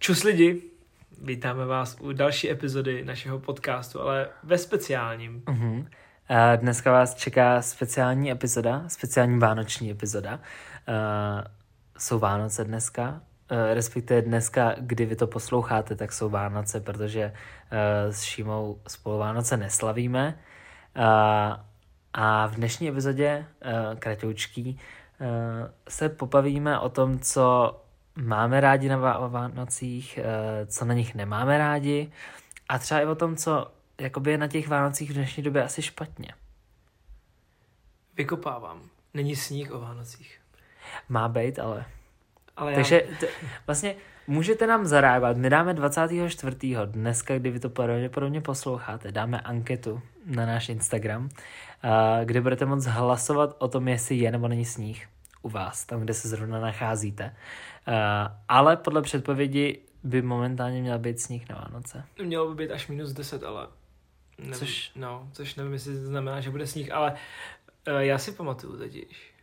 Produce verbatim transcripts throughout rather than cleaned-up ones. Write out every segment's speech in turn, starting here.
Čus lidi, vítáme vás u další epizody našeho podcastu, ale ve speciálním. Uh-huh. A dneska vás čeká speciální epizoda, speciální vánoční epizoda. Uh, jsou Vánoce dneska, uh, respektive dneska, kdy vy to posloucháte, tak jsou Vánoce, protože uh, s Šímou spolu Vánoce neslavíme. Uh, a v dnešní epizodě, uh, kratoučký, uh, se popavíme o tom, co máme rádi na Vánocích, co na nich nemáme rádi a třeba i o tom, co jakoby je na těch Vánocích v dnešní době asi špatně. Vykopávám. Není sníh o Vánocích. Má být, ale... ale Takže já... t- vlastně můžete nám zareagovat. My dáme dvacátého čtvrtého dneska, kdy vy to pravděpodobně posloucháte, dáme anketu na náš Instagram, kde budete moct hlasovat o tom, jestli je nebo není sníh u vás, tam, kde se zrovna nacházíte. Uh, ale podle předpovědi by momentálně měl být sníh na Vánoce. Mělo by být až minus deset, ale... Nevím, což... No, což nevím, jestli to znamená, že bude sníh, ale uh, já si pamatuju totiž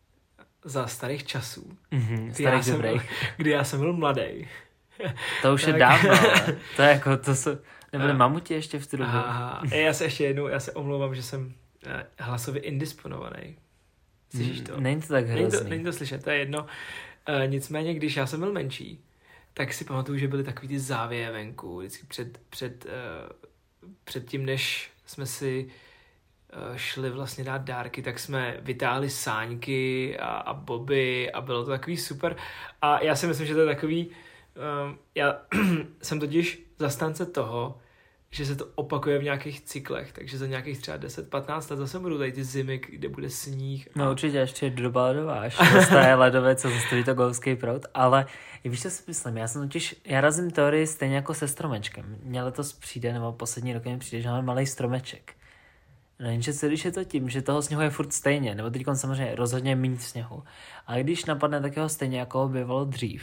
za starých časů, Mm-hmm, kdy, starých já jsem, byl, kdy já jsem byl mladý. To už tak... je dávno, ale to je jako, to jsou... Nebyly uh, mamuti ještě v tu dobu. Aha, já se ještě jednou, já se omlouvám, že jsem uh, hlasově indisponovaný. Slyšíš to? Není to tak hrozný. Není to, není to slyšet, to je jedno. Uh, nicméně, když já jsem byl menší, tak si pamatuju, že byly takový ty závěje venku, vždycky před, před, uh, před tím, než jsme si uh, šli vlastně dát dárky, tak jsme vytáhli sáňky a, a boby a bylo to takový super. A já si myslím, že to je takový, um, já jsem totiž zastánce toho, že se to opakuje v nějakých cyklech, takže za nějakých třeba deset patnáct let zase budou tady ty zimy, kde bude sníh. A... No určitě, ještě doba ledová, až je ledové, co zastaví to golfský proud, ale víš, co si myslím, já jsem totiž, já razím teorii stejně jako se stromečkem. Mně letos přijde, nebo poslední rok mi přijde, že máme malej stromeček. No jenže co když je to tím, že toho sněhu je furt stejně, nebo teď samozřejmě rozhodně méně sněhu, ale když napadne, tak ho stejně jako ho bývalo dřív.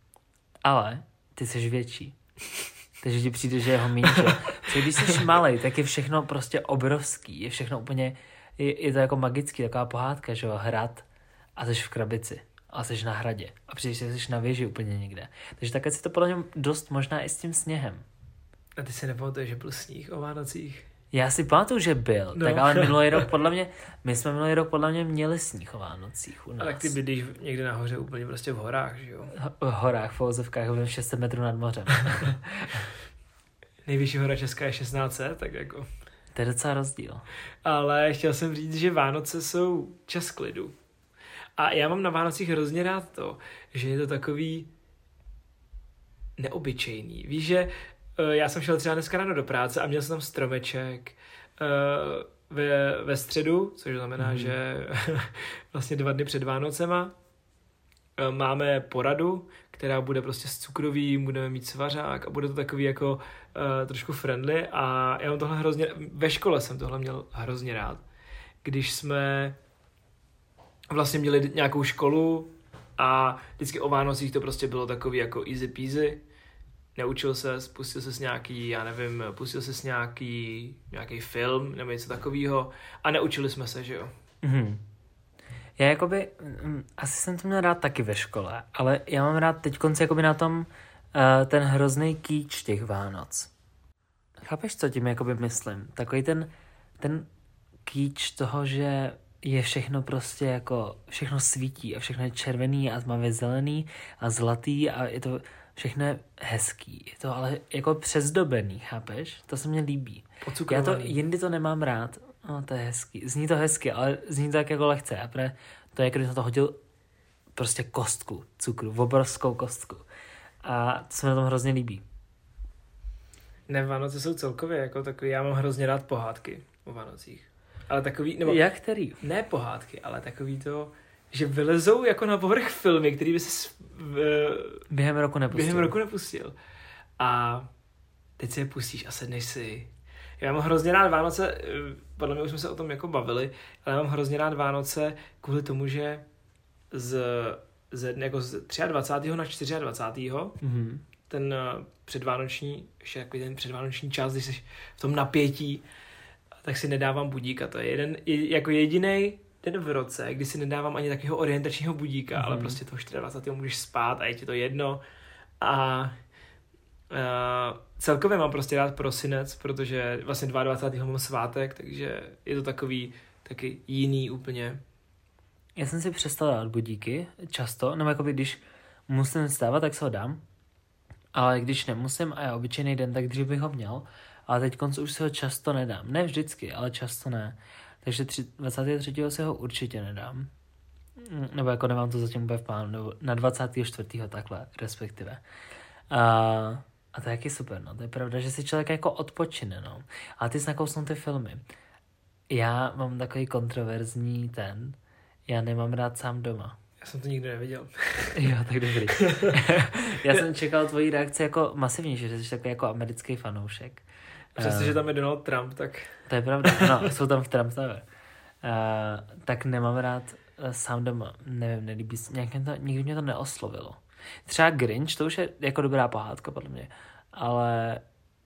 Ale ty jsi větší. Takže ti přijde, že je ho míň, že? Co když jsi malej, tak je všechno prostě obrovský, je všechno úplně, je, je to jako magický, taková pohádka, že jo, hrad a jsi v krabici a jsi na hradě a přijdeš, že jsi na věži úplně někde. Takže takhle si to podle mě dost možná i s tím sněhem. A ty si nepamatuješ, že byl sníh o Vánocích? Já si pamatuju, že byl, no. Tak ale minulý rok podle mě, my jsme minulý rok podle mě měli sníh o Vánocích u nás. A tak ty bydlíš někde nahoře úplně prostě v horách, že jo? V horách, v Ouzovkách, v šest set metrů nad mořem. Nejvyšší hora Česká je šestnáct set, tak jako... To je docela rozdíl. Ale chtěl jsem říct, že Vánoce jsou čas klidu. A já mám na Vánocích hrozně rád to, že je to takový neobyčejný. Víš, že uh, já jsem šel třeba dneska ráno do práce a měl jsem tam stromeček uh, ve, ve středu, což znamená, mm. že vlastně dva dny před Vánocema uh, máme poradu, která bude prostě s cukrovým, budeme mít svařák a bude to takový jako uh, trošku friendly a já mám tohle hrozně, ve škole jsem tohle měl hrozně rád. Když jsme vlastně měli nějakou školu a vždycky o Vánocích to prostě bylo takový jako easy peasy. Neučil se, pustil se s nějaký, já nevím, pustil se s nějaký, nějaký film nebo něco takového a neučili jsme se, že jo. Mhm. Já jakoby, um, asi jsem to měl rád taky ve škole, ale já mám rád teď konce jakoby na tom uh, ten hrozný kýč těch Vánoc. Chápeš, co tím jakoby myslím? Takový ten, ten kýč toho, že je všechno prostě jako, všechno svítí a všechno je červený a tmavě zelený a zlatý a je to všechno je hezký. Je to ale jako přezdobený, chápeš? To se mně líbí. Já to, jindy to nemám rád. No, to je hezký. Zní to hezky, ale zní to tak jako lehce. A pre, to je, když na to hodil prostě kostku cukru, obrovskou kostku. A to se mi na tom hrozně líbí. Ne, Vánoce jsou celkově jako takový, já mám hrozně rád pohádky o Vánocích. Ale takový, nebo... Jak který? Ne pohádky, ale takový to, že vylezou jako na povrch filmy, který by se v, během roku nepustil. Během roku nepustil. A teď si je pustíš a sedneš si. Já mám hrozně rád Vánoce, podle mě už jsme se o tom jako bavili, ale já mám hrozně rád Vánoce kvůli tomu, že z, z, jako z dvacátého třetího na dvacátého čtvrtého Mm-hmm. ten předvánoční, ještě takový ten předvánoční čas, když jsi v tom napětí, tak si nedávám budíka. To je jeden, jako jedinej den v roce, kdy si nedávám ani takového orientačního budíka, mm-hmm. ale prostě toho dvacátého čtvrtého můžeš spát a je ti to jedno. A Uh, celkově mám prostě rád prosinec, protože vlastně dvacátého druhého mám svátek, takže je to takový taky jiný úplně. Já jsem si přestal dát budíky často, nebo jakoby když musím vstávat, tak se ho dám. Ale když nemusím a je obyčejný den, tak dřív bych ho měl. Ale teď konc už se ho často nedám. Ne vždycky, ale často ne. Takže dvacátého třetího se ho určitě nedám. Nebo jako nemám to zatím úplně v plánu. Nebo na dvacátého čtvrtého takhle, respektive. A, a to je taky super, no. To je pravda, že si člověk jako odpočine, no. Ale ty jsi nakousnul ty filmy. Já mám takový kontroverzní ten. Já nemám rád Sám doma. Já jsem to nikdy neviděl. Jo, tak dobrý. Já jsem čekal tvoji reakci jako masivnější, že jsi takový jako americký fanoušek. Přestože tam je Donald Trump, tak... To je pravda, no, jsou tam v Trump Tower. Uh, tak nemám rád uh, Sám doma, nevím, nelíbí se, nějak to, nikdy mě to neoslovilo. Třeba Grinch, to už je jako dobrá pohádka, podle mě, ale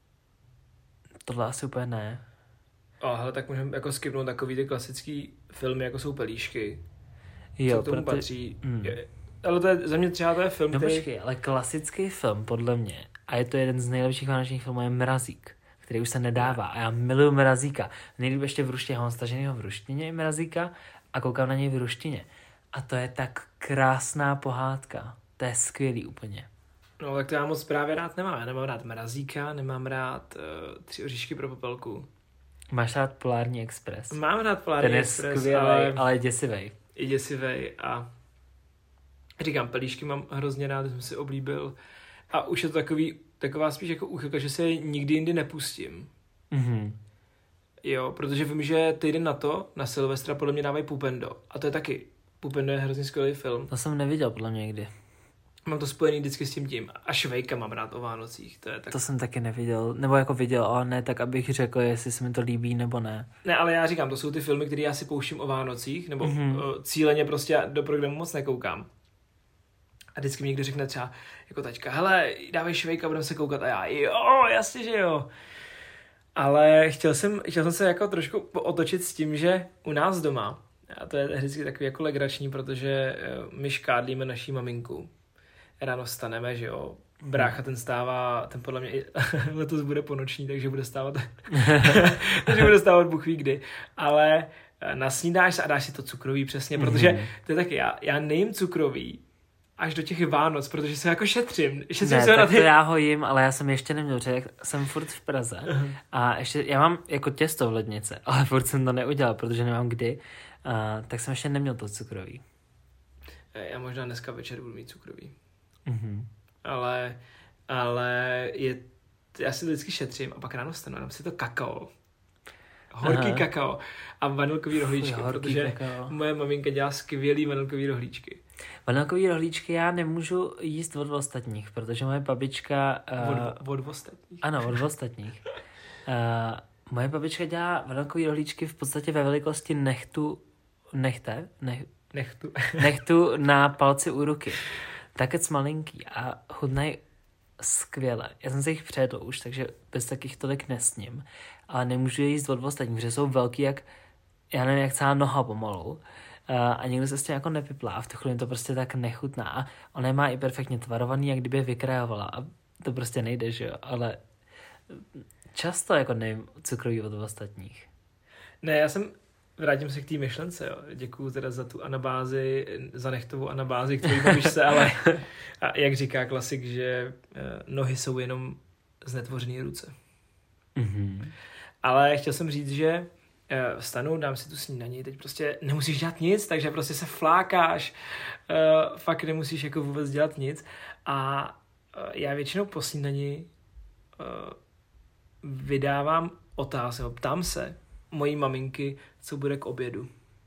tohle asi úplně ne. Aha, tak můžeme jako skipnout takový ty klasický filmy, jako jsou Pelíšky. Jo, co k tomu proto... patří. Hmm. Je, ale to je, za mě třeba to je film, No který... počkej, ale klasický film, podle mě, a je to jeden z nejlepších vánočních filmů, je Mrazík, který už se nedává. A já miluju Mrazíka. Nejlíp ještě v ruštině, já mám staženýho v ruštině i Mrazíka a koukám na něj v ruštině. A to je tak krásná pohádka. To je skvělý úplně. No tak to já moc právě rád nemám. Já nemám rád Mrazíka, nemám rád uh, Tři oříšky pro popelku. Máš rád Polární expres? Mám rád Polární Ten je expres, skvělý, ale... ale děsivej. I děsivej a říkám, Pelíšky mám hrozně rád, jsem si oblíbil a už je to takový, taková spíš jako úchylka, že se je nikdy jindy nepustím. Mhm. Jo, protože vím, že týden na to, na Silvestra, podle mě dávají Pupendo. A to je taky, Pupendo je hrozně skvělý film. To jsem neviděl podle mě někdy. Mám to spojený vždycky s tím tím. A Švejka mám rád o Vánocích, to je tak... To jsem taky neviděl, nebo jako viděl, ale ne tak, abych řekl, jestli se mi to líbí nebo ne. Ne, ale já říkám, to jsou ty filmy, které já si pouštím o Vánocích, nebo Mhm. mm-hmm. cíleně prostě do programu moc nekoukám. A vždycky mi někdo řekne třeba, jako taťka, hele, dávej Švejka, budeme se koukat. A já, jo, jasně, že jo. Ale chtěl jsem, chtěl jsem se jako trošku otočit s tím, že u nás doma, a to je vždycky takový jako legrační, protože my škádlíme naší maminku. Ráno vstaneme, že jo, brácha ten stává, ten podle mě letos bude ponoční, takže bude stávat, takže bude stávat Bůh ví kdy, ale nasnídáš se a dáš si to cukrový přesně, protože mm-hmm. to je taky, já, já nejím cukrový až do těch Vánoc, protože se jako šetřím. šetřím ne, se tak na ty... to já ho jim, ale já jsem ještě neměl, že jsem furt v Praze uh-huh. a ještě, já mám jako těsto v lednice, ale furt jsem to neudělal, protože nemám kdy, a, tak jsem ještě neměl to cukrový. Já možná dneska večer budu mít cukrový. Mm-hmm. Ale, ale je, já si to vždycky šetřím a pak ráno vstanu a dám si to kakao. Horký Aha. kakao a vanilkový rohlíčky, Fuj, protože kakao. Moje maminka dělá skvělý vanilkový rohlíčky. Vanilkový rohlíčky já nemůžu jíst od ostatních, protože moje babička... Uh, od, od ostatních? Ano, od ostatních. uh, moje babička dělá vanilkový rohlíčky v podstatě ve velikosti nechtu... Nechte? Nech, nechtu. nechtu na palci u ruky. Takec malinký a chutnají skvěle. Já jsem se jich předl už, takže bez takých tolik nesním. Ale nemůžu je jíst od ostatních, protože jsou velký jak, já nevím, jak celá noha pomalu. Uh, a někdo se s tím jako nepiplá a v tu chvíli to prostě tak nechutná. A ona je má i perfektně tvarovaný, jak kdyby je vykrajovala. A to prostě nejde, že jo? Ale často jako nevím cukroví od ostatních. Ne, já jsem... Vrátím se k té myšlence, jo. Děkuju teda za tu anabázi, za nechtovou anabázi, kterou bavíš se, ale a jak říká klasik, že eh, nohy jsou jenom znetvořené ruce. Mm-hmm. Ale chtěl jsem říct, že eh, vstanu, dám si tu snídaní, teď prostě nemusíš dělat nic, takže prostě se flákáš, eh, fakt nemusíš jako vůbec dělat nic a eh, já většinou po snídani eh, vydávám otázky, ptám se mojí maminky, co bude k obědu.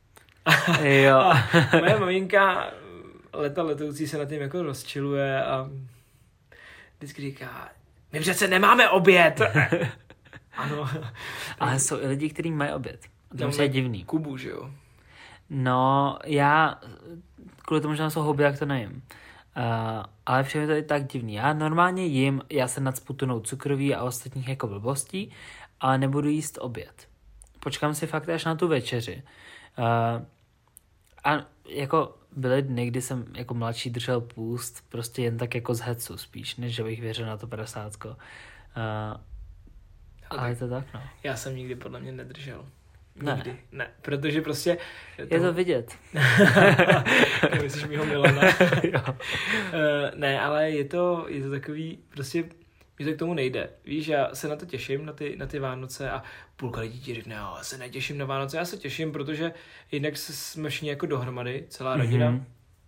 Jo. A moje maminka leta letoucí se nad tím jako rozčiluje a vždycky říká, my přece nemáme oběd. Ano. Ale jsou i lidi, kteří mají oběd. To je divný. Kubu, že jo? No, já kvůli tomu, že jsou houby, jak to nejím. Uh, ale přijde to i tak divný. Já normálně jim, já se nacpu tunou cukroví a ostatních jako blbostí, ale nebudu jíst oběd. Počkám si fakt až na tu večeři. Uh, a jako byly dny, kdy jsem jako mladší držel půst, prostě jen tak jako z hecu spíš, než že bych věřil na to padesátko. Uh, ale je to tak, no. Já jsem nikdy podle mě nedržel. Ne. Nikdy. Ne, protože prostě... Je to vidět. Myslíš mýho Milana? Jo. Uh, ne, ale je to, je to takový, prostě mi to k tomu nejde. Víš, já se na to těším, na ty, na ty Vánoce a půlka lidí ti řekne, jo, já se netěším na Vánoce. Já se těším, protože jednak jsme všichni jako dohromady, celá rodina. Mm-hmm.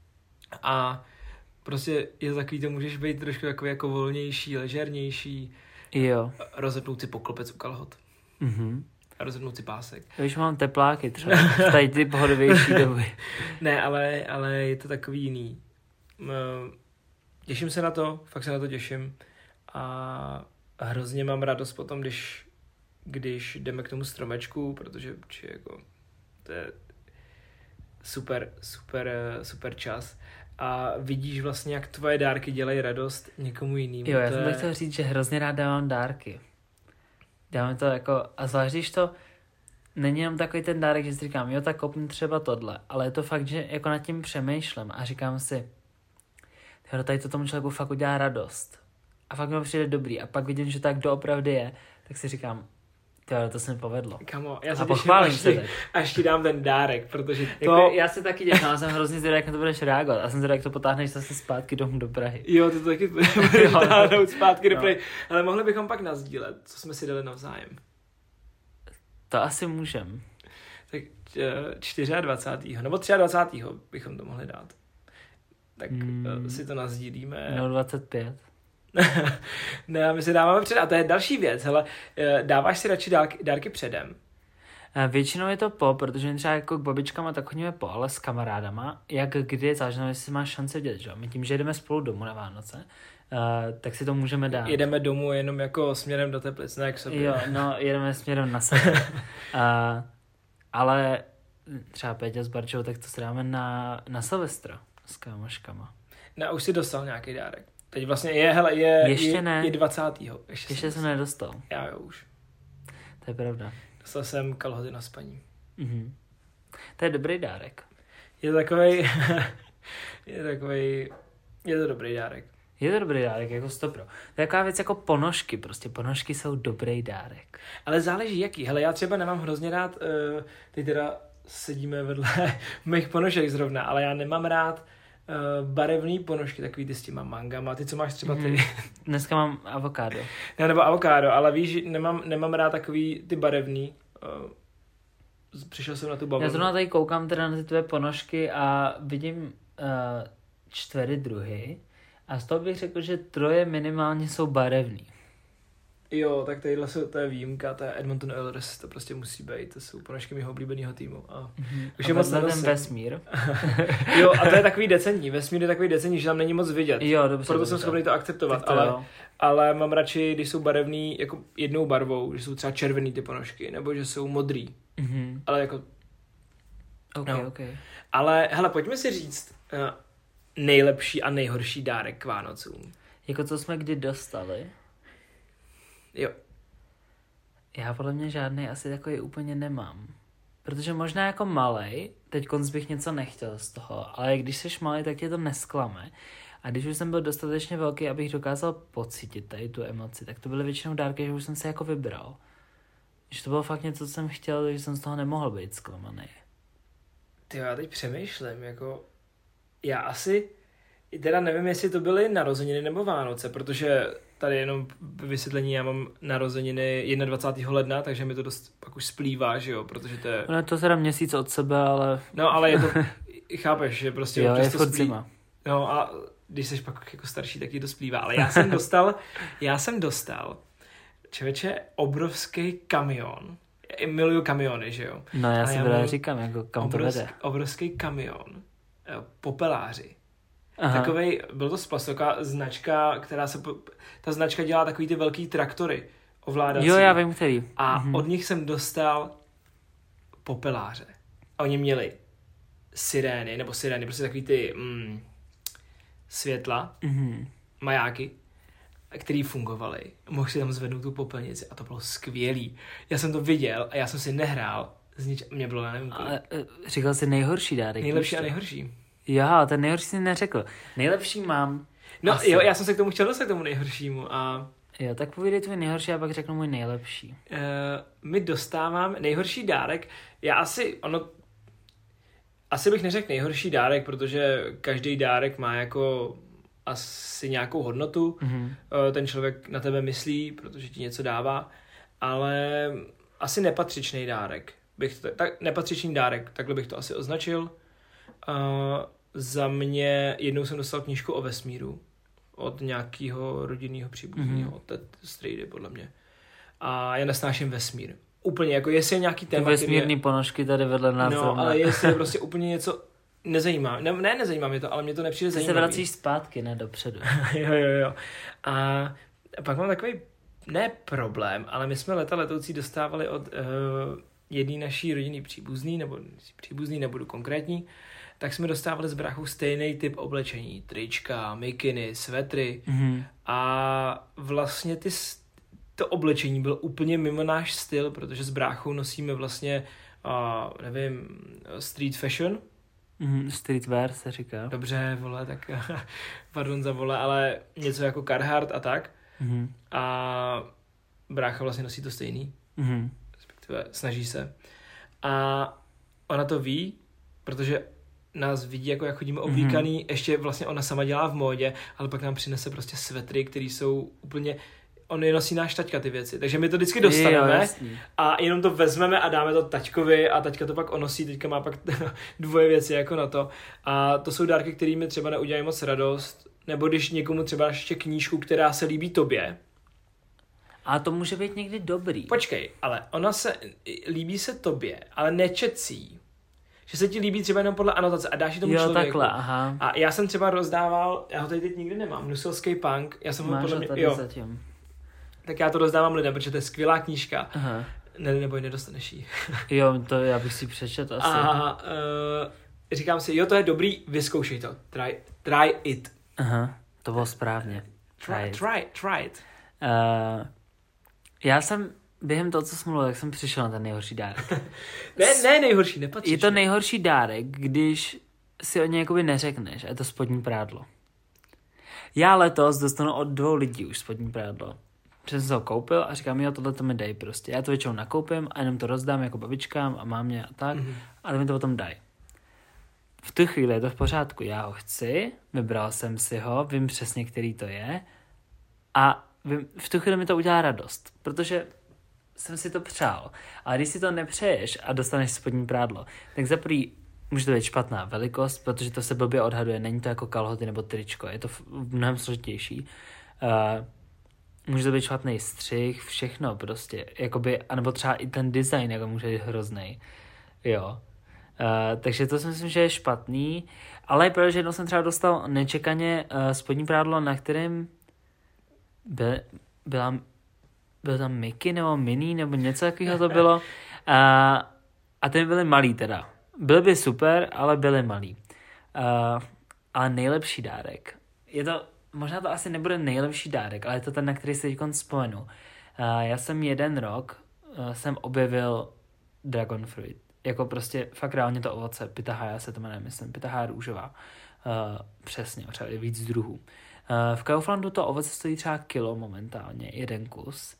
A prostě je to takový, to můžeš být trošku takový jako volnější, ležernější. Jo. Rozepnout si poklopec u kalhot. Mhm. A rozhodnout si pásek. Když mám tepláky třeba, v tady ty pohodovější doby. Ne, ale, ale je to takový jiný. Těším se na to, fakt se na to těším. A hrozně mám radost potom, když, když jdeme k tomu stromečku, protože či jako, to je super, super, super čas. A vidíš vlastně, jak tvoje dárky dělají radost někomu jinému. Jo, já to jsem je... chtěl říct, že hrozně rád dávám dárky. Dávám to jako, a zvlášť když to není jenom takový ten dárek, že si říkám, jo, tak kopnu třeba tohle, ale je to fakt, že jako nad tím přemýšlím a říkám si, tyhle, tady to tomu člověku fakt udělá radost. A fakt mi přijde dobrý. A pak vidím, že tak doopravdy je, tak si říkám, tyhle, to se mi povedlo. Kamo, já se a pochválím se ti, až ti dám ten dárek, protože to... Jako, já se taky dělám, já jsem hrozně zvědavý, jak na to budeš reagovat. A jsem zvědavý, jak to potáhneš zase zpátky domů do Prahy. Jo, ty to taky budeš táhnout zpátky do Prahy. No. Ale mohli bychom pak nasdílet, co jsme si dali navzájem. To asi můžem. Tak dvacátého čtvrtého nebo dvacátého třetího bychom to mohli dát. Tak hmm. si to nasdílíme. No dvacet pět. Ne, my si dáváme před. A to je další věc. Hele, dáváš si radši dárky, dárky předem? Většinou je to po, protože my třeba jako k babičkama tak chodíme po, ale s kamarádama, jak kdy je záleží, jestli máš šanci dělat, že? My tím, že jdeme spolu domů na Vánoce, uh, tak si to můžeme dát. Jedeme domů jenom jako směrem do Teplic, ne k sobě. Jo, no, jedeme směrem na sebe. uh, ale třeba Péťa s Barčou, tak to si dáme na, na Silvestra s kámoškama. No, už si dostal nějaký dárek. Teď vlastně je, hele, je, Ještě je, ne. je dvacátého Ještě, Ještě jsem nedostal. Já jo, už. To je pravda. Dostal jsem kalhoty na spaní. Mm-hmm. To je dobrý dárek. Je to takovej, je to takovej, je to dobrý dárek. Je to dobrý dárek, jako stopro. To je taková věc jako ponožky, prostě ponožky jsou dobrý dárek. Ale záleží jaký. Hele, já třeba nemám hrozně rád, uh, teď teda sedíme vedle mých ponožek zrovna, ale já nemám rád uh, barevný ponožky, takový ty s těma mangama, ty, co máš třeba ty. Mm-hmm. Dneska mám avokádo. Ne, nebo avokádo, ale víš, nemám, nemám rád takový ty barevný. Uh, přišel jsem na tu bavlnu. Já zrovna tady koukám teda na ty tvoje ponožky a vidím uh, čtyři druhy a z toho bych řekl, že troje minimálně jsou barevný. Jo, tak tadyhle jsou, to je výjimka, to je Edmonton Oilers, to prostě musí být, to jsou ponožky mého oblíbeného týmu. A mm-hmm. už a je moc ten vesmír. Jo, a to je takový decentní, vesmír je takový decentní, že tam není moc vidět. Jo, dobře, proto dobře. jsem schopný to akceptovat, to ale, ale mám radši, když jsou barevný jako jednou barvou, že jsou třeba červený ty ponožky, nebo že jsou modrý. Mm-hmm. Ale jako... Okay, no. okay. Ale hele, pojďme si říct uh, nejlepší a nejhorší dárek k Vánocům. Jako co jsme kdy dostali? Jo. Já podle mě žádný asi takový úplně nemám. Protože možná jako malej, teď konc bych něco nechtěl z toho, ale když jsi malej, tak tě to nesklame. A když už jsem byl dostatečně velký, abych dokázal pocítit tady tu emoci, tak to byly většinou dárky, že už jsem se jako vybral. Že to bylo fakt něco, co jsem chtěl, že jsem z toho nemohl být zklamaný. Ty já teď přemýšlím, jako já asi, teda nevím, jestli to byly narozeniny nebo Vánoce, protože tady jenom vysvětlení, já mám narozeniny dvacátého prvního ledna, takže mi to dost pak už splývá, že jo, protože to je... No to teda měsíc od sebe, ale... No ale je to, chápeš, že prostě jo, občas je to furt splý... zima. No a když jsi pak jako starší, tak ti to splývá, ale já jsem dostal, já jsem dostal, člověče, obrovský kamion. Já miluju kamiony, že jo. No já a si já právě říkám, jako kam obrovský, to vede. Obrovský kamion, popeláři. Aha. Takovej, byl to z plastu, taková značka, která se, ta značka dělá takový ty velký traktory ovládací. Jo, já vím, který. A mhm. od nich jsem dostal popeláře. A oni měli sirény, nebo sirény, prostě takový ty mm, světla, mhm. majáky, který fungovaly. Mohl si tam zvednout tu popelnici a to bylo skvělý. Já jsem to viděl a já jsem si nehrál, z nič, mě bylo, já nevím kolik. Ale říkal jsi nejhorší dárek. Nejlepší a nejhorší. Jo, ten nejhorší jsi neřekl. Nejlepší mám. No asi. jo, já jsem se k tomu chtěl dostat, k tomu nejhoršímu. A Jo, tak povídej tvůj nejhorší a pak řeknu můj nejlepší. uh, my dostávám nejhorší dárek. Já asi, ono, asi bych neřekl nejhorší dárek, protože každý dárek má jako asi nějakou hodnotu. Mm-hmm. Uh, ten člověk na tebe myslí, protože ti něco dává, ale asi nepatřičný dárek. Bych to, tak, nepatřičný dárek, takhle bych to asi označil. Uh, za mě jednou jsem dostal knížku o vesmíru od nějakého rodinného příbuzného, mm-hmm. od té strejdy, podle mě. A já nesnáším vesmír. Úplně, jako jestli je nějaký téma, Ty vesmírný je... ponožky tady vedle nás. No, zrovna. ale jestli je prostě úplně něco nezajímá. Ne, ne nezajímá mě to, ale mě to nepřijde Ty zajímavý. se vracíš zpátky, ne dopředu. jo, jo, jo. A pak mám takový, ne problém, ale my jsme leta letoucí dostávali od uh, jedné naší rodinný příbuzný, nebo příbuzný, nebudu konkrétní, tak jsme dostávali z bráchou stejný typ oblečení. Trička, mikiny, svetry. Mm-hmm. A vlastně ty, to oblečení bylo úplně mimo náš styl, protože s bráchou nosíme vlastně, uh, nevím, street fashion. Mm-hmm. Streetwear se říká. Dobře, vole, tak pardon za vole, ale něco jako Carhartt a tak. Mm-hmm. A brácha vlastně nosí to stejný. Mm-hmm. Respektive snaží se. A ona to ví, protože nás vidí, jako jak chodíme oblíkaný, mm-hmm. ještě vlastně ona sama dělá v módě, ale pak nám přinese prostě svetry, které jsou úplně, on je nosí náš taťka ty věci, takže my to vždycky dostaneme jo, a jenom to vezmeme a dáme to taťkovi a taťka to pak onosí, teďka má pak dvoje věci jako na to a to jsou dárky, kterými třeba neudělají moc radost, nebo když někomu třeba ještě knížku, která se líbí tobě. A to může být někdy dobrý. Počkej, ale ona se, líbí se tobě, ale nečecí. Že se ti líbí třeba jenom podle anotace a dáš ji tomu jo, člověku. Takhle, aha. A já jsem třeba rozdával, já ho tady teď nikdy nemám, Nuselský punk, já jsem Máš ho podle mě, tady jo. zatím. Tak já to rozdávám lidem, protože to je skvělá knížka. Aha. Ne, neboj, nedostaneš jí. Jo, to já bych si přečetl asi. A uh, říkám si, jo, to je dobrý, vyzkoušej to. Try, try it. Aha, to bylo správně. Try, try, try, try it. Uh, já jsem během toho, co jsem mluvil, tak jsem přišel na ten nejhorší dárek. ne, ne nejhorší, nepatříš. Je to nejhorší dárek, když si o něj jakoby neřekneš a je to spodní prádlo. Já letos dostanu od dvou lidí už spodní prádlo. Protože jsem se ho koupil a říkám, jo, tohle to mi dej prostě. Já to většinou nakoupím a jenom to rozdám jako babičkám a mámě a tak, mm-hmm. ale mi to potom dají. V tu chvíli je to v pořádku, já ho chci, vybral jsem si ho, vím přesně, který to je a vím, v tu chvíli mi to udělá radost, protože jsem si to přál. Ale když si to nepřeješ a dostaneš spodní prádlo, tak za prvý může to být špatná velikost, protože to se blbě odhaduje, není to jako kalhoty nebo tričko, je to mnohem složitější. Uh, může to být špatný střih, všechno prostě, jakoby, anebo třeba i ten design, jako může být hrozný. Jo. Uh, takže to si myslím, že je špatný, ale protože jednou jsem třeba dostal nečekaně uh, spodní prádlo, na kterém byl, byla byl tam Mickey nebo Minnie nebo něco takového to bylo a, a ty byly malý teda. Byly by super, ale byly malý. Uh, ale nejlepší dárek. Je to, možná to asi nebude nejlepší dárek, ale je to ten, na který se teď vzpomenu. Uh, já jsem jeden rok uh, jsem objevil Dragon Fruit. Jako prostě fakt reálně to ovoce. Pitahaya se to jmenuje, myslím. Pitahaya růžová. Uh, přesně, třeba je víc druhů. Uh, v Kauflandu to ovoce stojí třeba kilo momentálně, jeden kus.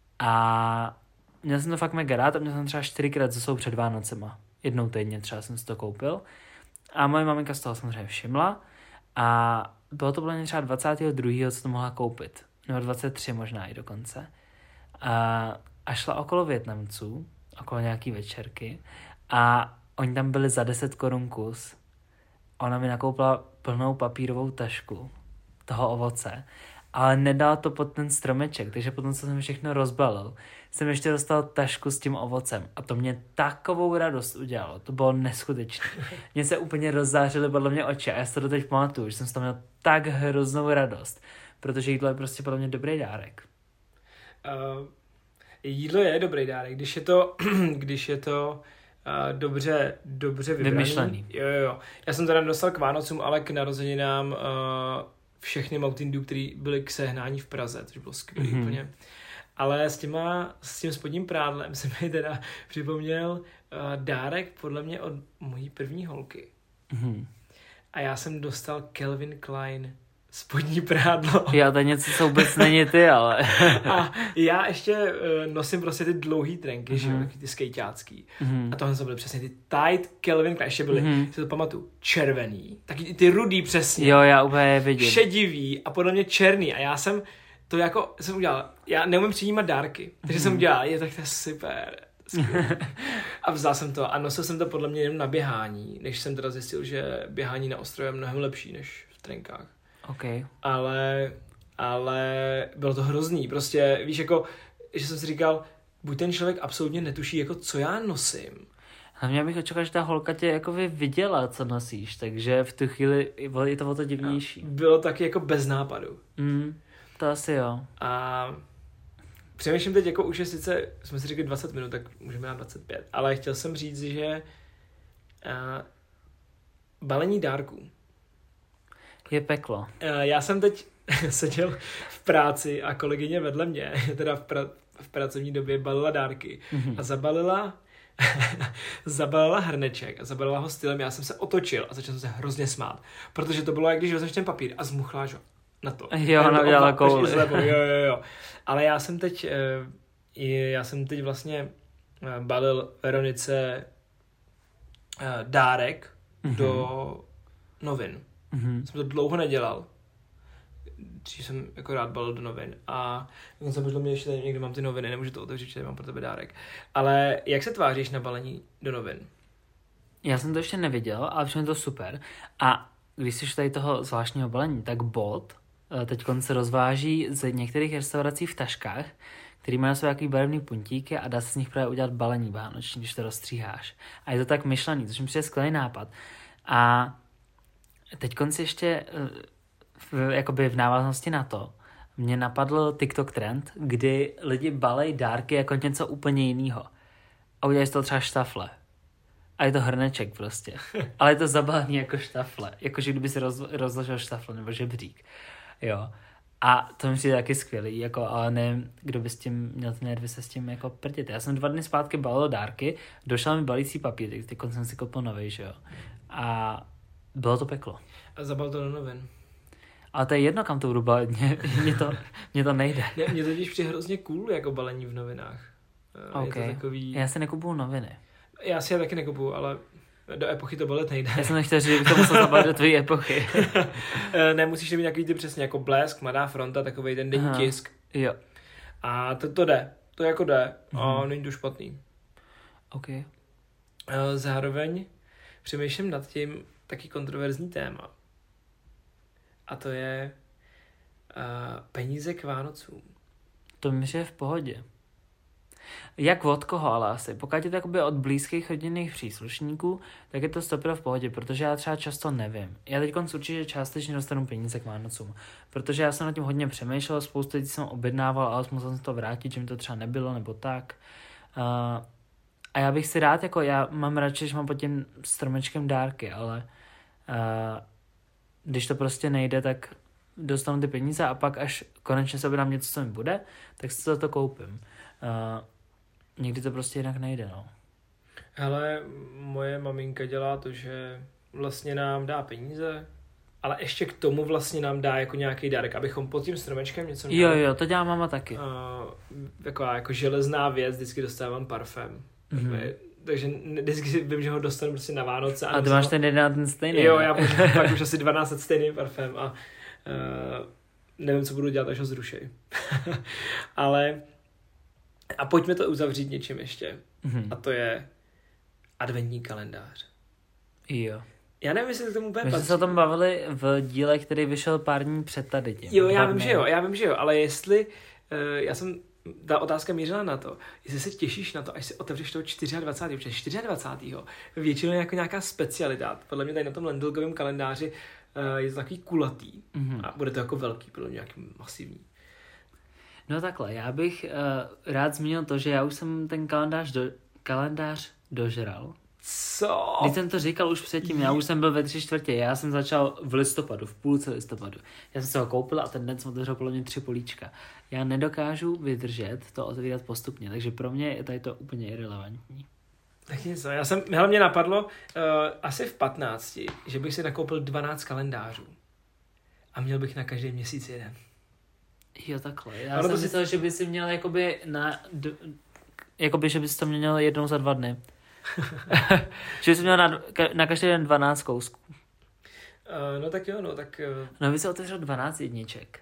A měl jsem to fakt mega rád a měl jsem třeba čtyřikrát za sebou před Vánocema. Jednou týdně třeba jsem si to koupil. A moje maminka z toho samozřejmě všimla. A bylo to bylo třeba dvacátého druhého co to mohla koupit. Nebo dvacet tři možná i dokonce. A, a šla okolo Vietnamců, okolo nějaký večerky. A oni tam byli za deset korun kus. Ona mi nakoupila plnou papírovou tašku toho ovoce. Ale nedal to pod ten stromeček, takže potom, co jsem všechno rozbalil, jsem ještě dostal tašku s tím ovocem a to mě takovou radost udělalo, to bylo neskutečné. Mně se úplně rozzářily podle mě oči a já se to doteď pamatuju, že jsem z toho měl tak hroznou radost, protože jídlo je prostě podle mě dobrý dárek. Uh, jídlo je dobrý dárek, když je to, když je to uh, dobře, dobře vybraný. Vymyšlený. Jo, jo, jo. Já jsem teda dostal k Vánocům, ale k narozeninám uh, všechny Mountain Dew, které byly k sehnání v Praze, což bylo skvělý mm-hmm. úplně. Ale s, těma, s tím spodním prádlem se mi teda připomněl uh, dárek podle mě od mojí první holky. Mm-hmm. a já jsem dostal Calvin Klein spodní prádlo. Já to něco, co vůbec není ty, ale... A já ještě uh, nosím prostě ty dlouhý trenky, mm-hmm. že jo, ty skejťácký. Mm-hmm. A tohle to byly přesně ty tight Calvin Klein, ještě byly, mm-hmm. si to pamatuju, červený, taky ty rudý přesně. Jo, já úplně vidím. Šedivý a podle mě černý a já jsem to jako, jsem udělal, já neumím přijímat dárky, takže mm-hmm. jsem udělal, je tak to je super. A vzal jsem to a nosil jsem to podle mě jenom na běhání, než jsem teda zjistil, že běhání na ostrově je mnohem lepší než v trenkách. Okay. Ale, ale bylo to hrozný, prostě víš jako, že jsem si říkal, buď ten člověk absolutně netuší jako co já nosím. Hlavně bych očekal, že ta holka tě jako viděla, co nosíš, takže v tu chvíli je to o to divnější. A bylo taky jako bez nápadu. Mm, to asi jo. A přemýšlím teď, jako už je sice, jsme si řekli dvacet minut, tak můžeme dát dvacet pět, ale chtěl jsem říct, že uh, balení dárků je peklo. Uh, já jsem teď seděl v práci a kolegyně vedle mě, teda v, pra, v pracovní době balila dárky mm-hmm. a zabalila zabalila hrneček a zabalila ho stylem, já jsem se otočil a začal jsem se hrozně smát, protože to bylo, jak když vezmeš ten papír a zmuchláš ho na to. Jo, ona udělala kouli. Jo, jo, jo. Ale já jsem teď, já jsem teď vlastně balil Veronice dárek mm-hmm. do novin. Mm-hmm. Jsem to dlouho nedělal. Dřív jsem jako rád balil do novin. A když jsem možná mě ještě někde mám ty noviny, nemůžu to otevřít, že mám pro tebe dárek. Ale jak se tváříš na balení do novin? Já jsem to ještě neviděl, ale všem je to super. A když jsi tady toho zvláštního balení, tak Bot teď se rozváží z některých restaurací v taškách, který mají své jaký barevný puntíky a dá se z nich právě udělat balení vánoční, když to rozstříháš. A je to tak myšlený, což mi přijde skvělý nápad. A teď konci ještě v, jakoby v návaznosti na to mě napadl TikTok trend, kdy lidi balej dárky jako něco úplně jiného. A udělají z toho třeba štafle. A je to hrneček prostě. Ale je to zabalený jako štafle. Jakože kdyby si roz, rozložil štafle nebo žebřík. Jo. A to mi přijde taky skvělý, jako, ale nevím, kdo by s tím měl ty nervy se s tím jako prdit. Já jsem dva dny zpátky balil dárky, došel mi balící papír, teď jsem si koupil novej, že jo. A bylo to peklo. A zabal to do novin. Ale to je jedno, kam to budu balit, mě, mě, to, mě to nejde. Ne, mě totiž přijde hrozně cool jako balení v novinách. Okay. Je to takový... Já si nekupuju noviny. Já si je taky nekupuju, ale do epochy to balit nejde. Já jsem nechtěl říct, že bych to musel zabalit do tvojí epochy. Ne, musíš to mít takový ty přesně jako Blesk, Mladá fronta, takovej ten denní tisk. Jo. A to, to jde, to jako jde a mm. není to špatný. OK. Zároveň přemýšlím nad tím taky kontroverzní téma. A to je uh, peníze k Vánocům. To mi je v pohodě. Jak od koho, ale asi. Pokud je to jakoby od blízkých rodinných příslušníků, tak je to stopro v pohodě, protože já třeba často nevím. Já teď určitě částečně dostanu peníze k Vánocům, protože já jsem nad tím hodně přemýšlel, spoustu lidí jsem objednával, ale musel jsem to vrátit, že mi to třeba nebylo, nebo tak. Uh, a já bych si rád, jako já mám radši, že mám pod tím stromečkem dárky, ale uh, když to prostě nejde, tak dostanu ty peníze a pak až konečně se objednám něco, co mi bude, tak si to, to koupím. Uh, někdy to prostě jinak nejde, no. Hele, moje maminka dělá to, že vlastně nám dá peníze, ale ještě k tomu vlastně nám dá jako nějaký dárek, abychom pod tím stromečkem něco měli. Jo, jo, to dělá mama taky. Uh, taková jako železná věc, vždycky dostávám parfém. Mm-hmm. Takže vždycky vím, že ho dostanu prostě na Vánoce. A ty máš ten jeden ten stejný. Jo, já můžu pak už asi dvanáct let stejný parfém a uh, nevím, co budu dělat, až ho zrušej. Ale a pojďme to uzavřít něčím ještě. Mm-hmm. A to je adventní kalendář. Jo. Já nevím, jestli to tomu úplně patří. My jsme se o tom bavili v díle, který vyšel pár dní před tady tím. Jo, já vím, že jo, já vím, že jo, ale jestli, uh, já jsem, ta otázka mířila na to, jestli se těšíš na to, až si otevřeš toho dvacátého čtyřiadvacátého protože dvacátého čtyřiadvacátého většinou je jako nějaká specialita. Podle mě tady na tom Lendelgovém kalendáři uh, je to takový kulatý mm-hmm. a bude to jako velký, podle mě nějaký masivní. No takhle, já bych uh, rád zmínil to, že já už jsem ten kalendář, do, kalendář dožral. Co? Když jsem to říkal už předtím, já už jsem byl ve tři čtvrtě, já jsem začal v listopadu, v půlce listopadu. Já jsem se ho koupil a ten den jsem otevřel podle mě tři políčka. Já nedokážu vydržet to otevírat postupně, takže pro mě je tady to úplně irelevantní. Tak něco, já jsem, hele, mě napadlo uh, asi v patnácti, že bych si nakoupil dvanáct kalendářů. A měl bych na každý měsíc jeden. Jo, takhle. Já ano, jsem to myslel, si... že by si měl jakoby na... D... Jakoby, že bys to měl jednou za dva dny. Že bys měl na, na každý den dvanáct kousků. Uh, no tak jo, no tak... Uh... No by se otevřel dvanáct jedniček.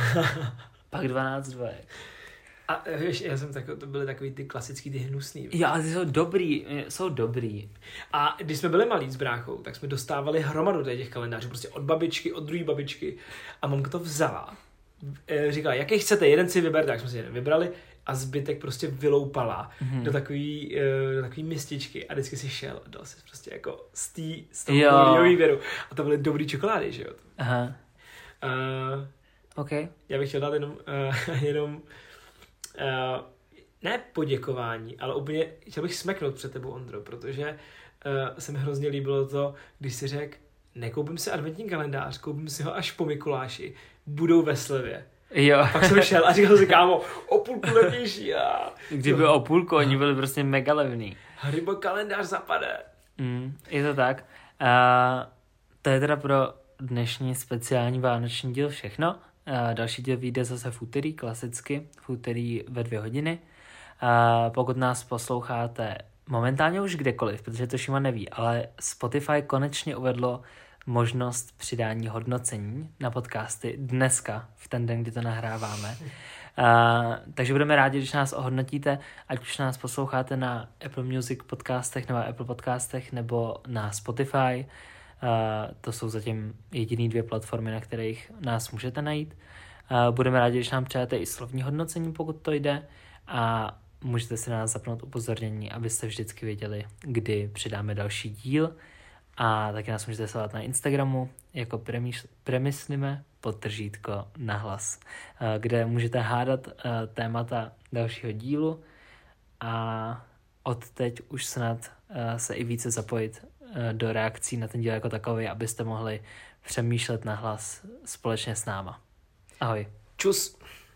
Pak dvanáct dvojek. A víš, já jsem takový, to byly takový ty klasický, ty hnusný. Jo, ale ty jsou dobrý, jsou dobrý. A když jsme byli malí s bráchou, tak jsme dostávali hromadu těch kalendářů, prostě od babičky, od druhé babičky. A mamka to vzala. Říkala, jaký chcete, jeden si vyberte, tak jsme si jeden vybrali a zbytek prostě vyloupala mm-hmm. do takový, do takový mističky a vždycky si šel a dal si prostě jako z, tý, z toho výběru. A to byly dobrý čokolády, že jo? Aha. Uh, OK. Já bych chtěl dát jenom, uh, jenom uh, ne poděkování, ale úplně chtěl bych smeknout před tebou, Ondro, protože uh, se mi hrozně líbilo to, když si řekl, nekoupím si adventní kalendář, koupím si ho až po Mikuláši, budou ve slevě. Jo. A pak jsem šel a říkal si, kámo, o půlku levnější. A... Kdyby o půlku, oni byli prostě mega levný. Hrybo kalendář zapade. Mm, je to tak. Uh, to je teda pro dnešní speciální vánoční díl všechno. Uh, další díl vyjde zase v úterý, klasicky, v úterý ve dvě hodiny. Uh, pokud nás posloucháte momentálně už kdekoliv, protože to Šima neví, ale Spotify konečně uvedlo možnost přidání hodnocení na podcasty dneska, v ten den, kdy to nahráváme. Uh, takže budeme rádi, když nás ohodnotíte, ať už nás posloucháte na Apple Music podcastech nebo Apple podcastech nebo na Spotify. Uh, to jsou zatím jediný dvě platformy, na kterých nás můžete najít. Uh, budeme rádi, když nám přejete i slovní hodnocení, pokud to jde, a můžete si na nás zapnout upozornění, abyste vždycky věděli, kdy přidáme další díl. A taky nás můžete sledovat na Instagramu jako Premyslíme podtržítko nahlas, kde můžete hádat témata dalšího dílu a od teď už snad se i více zapojit do reakcí na ten díl jako takový, abyste mohli přemýšlet nahlas společně s náma. Ahoj. Čus.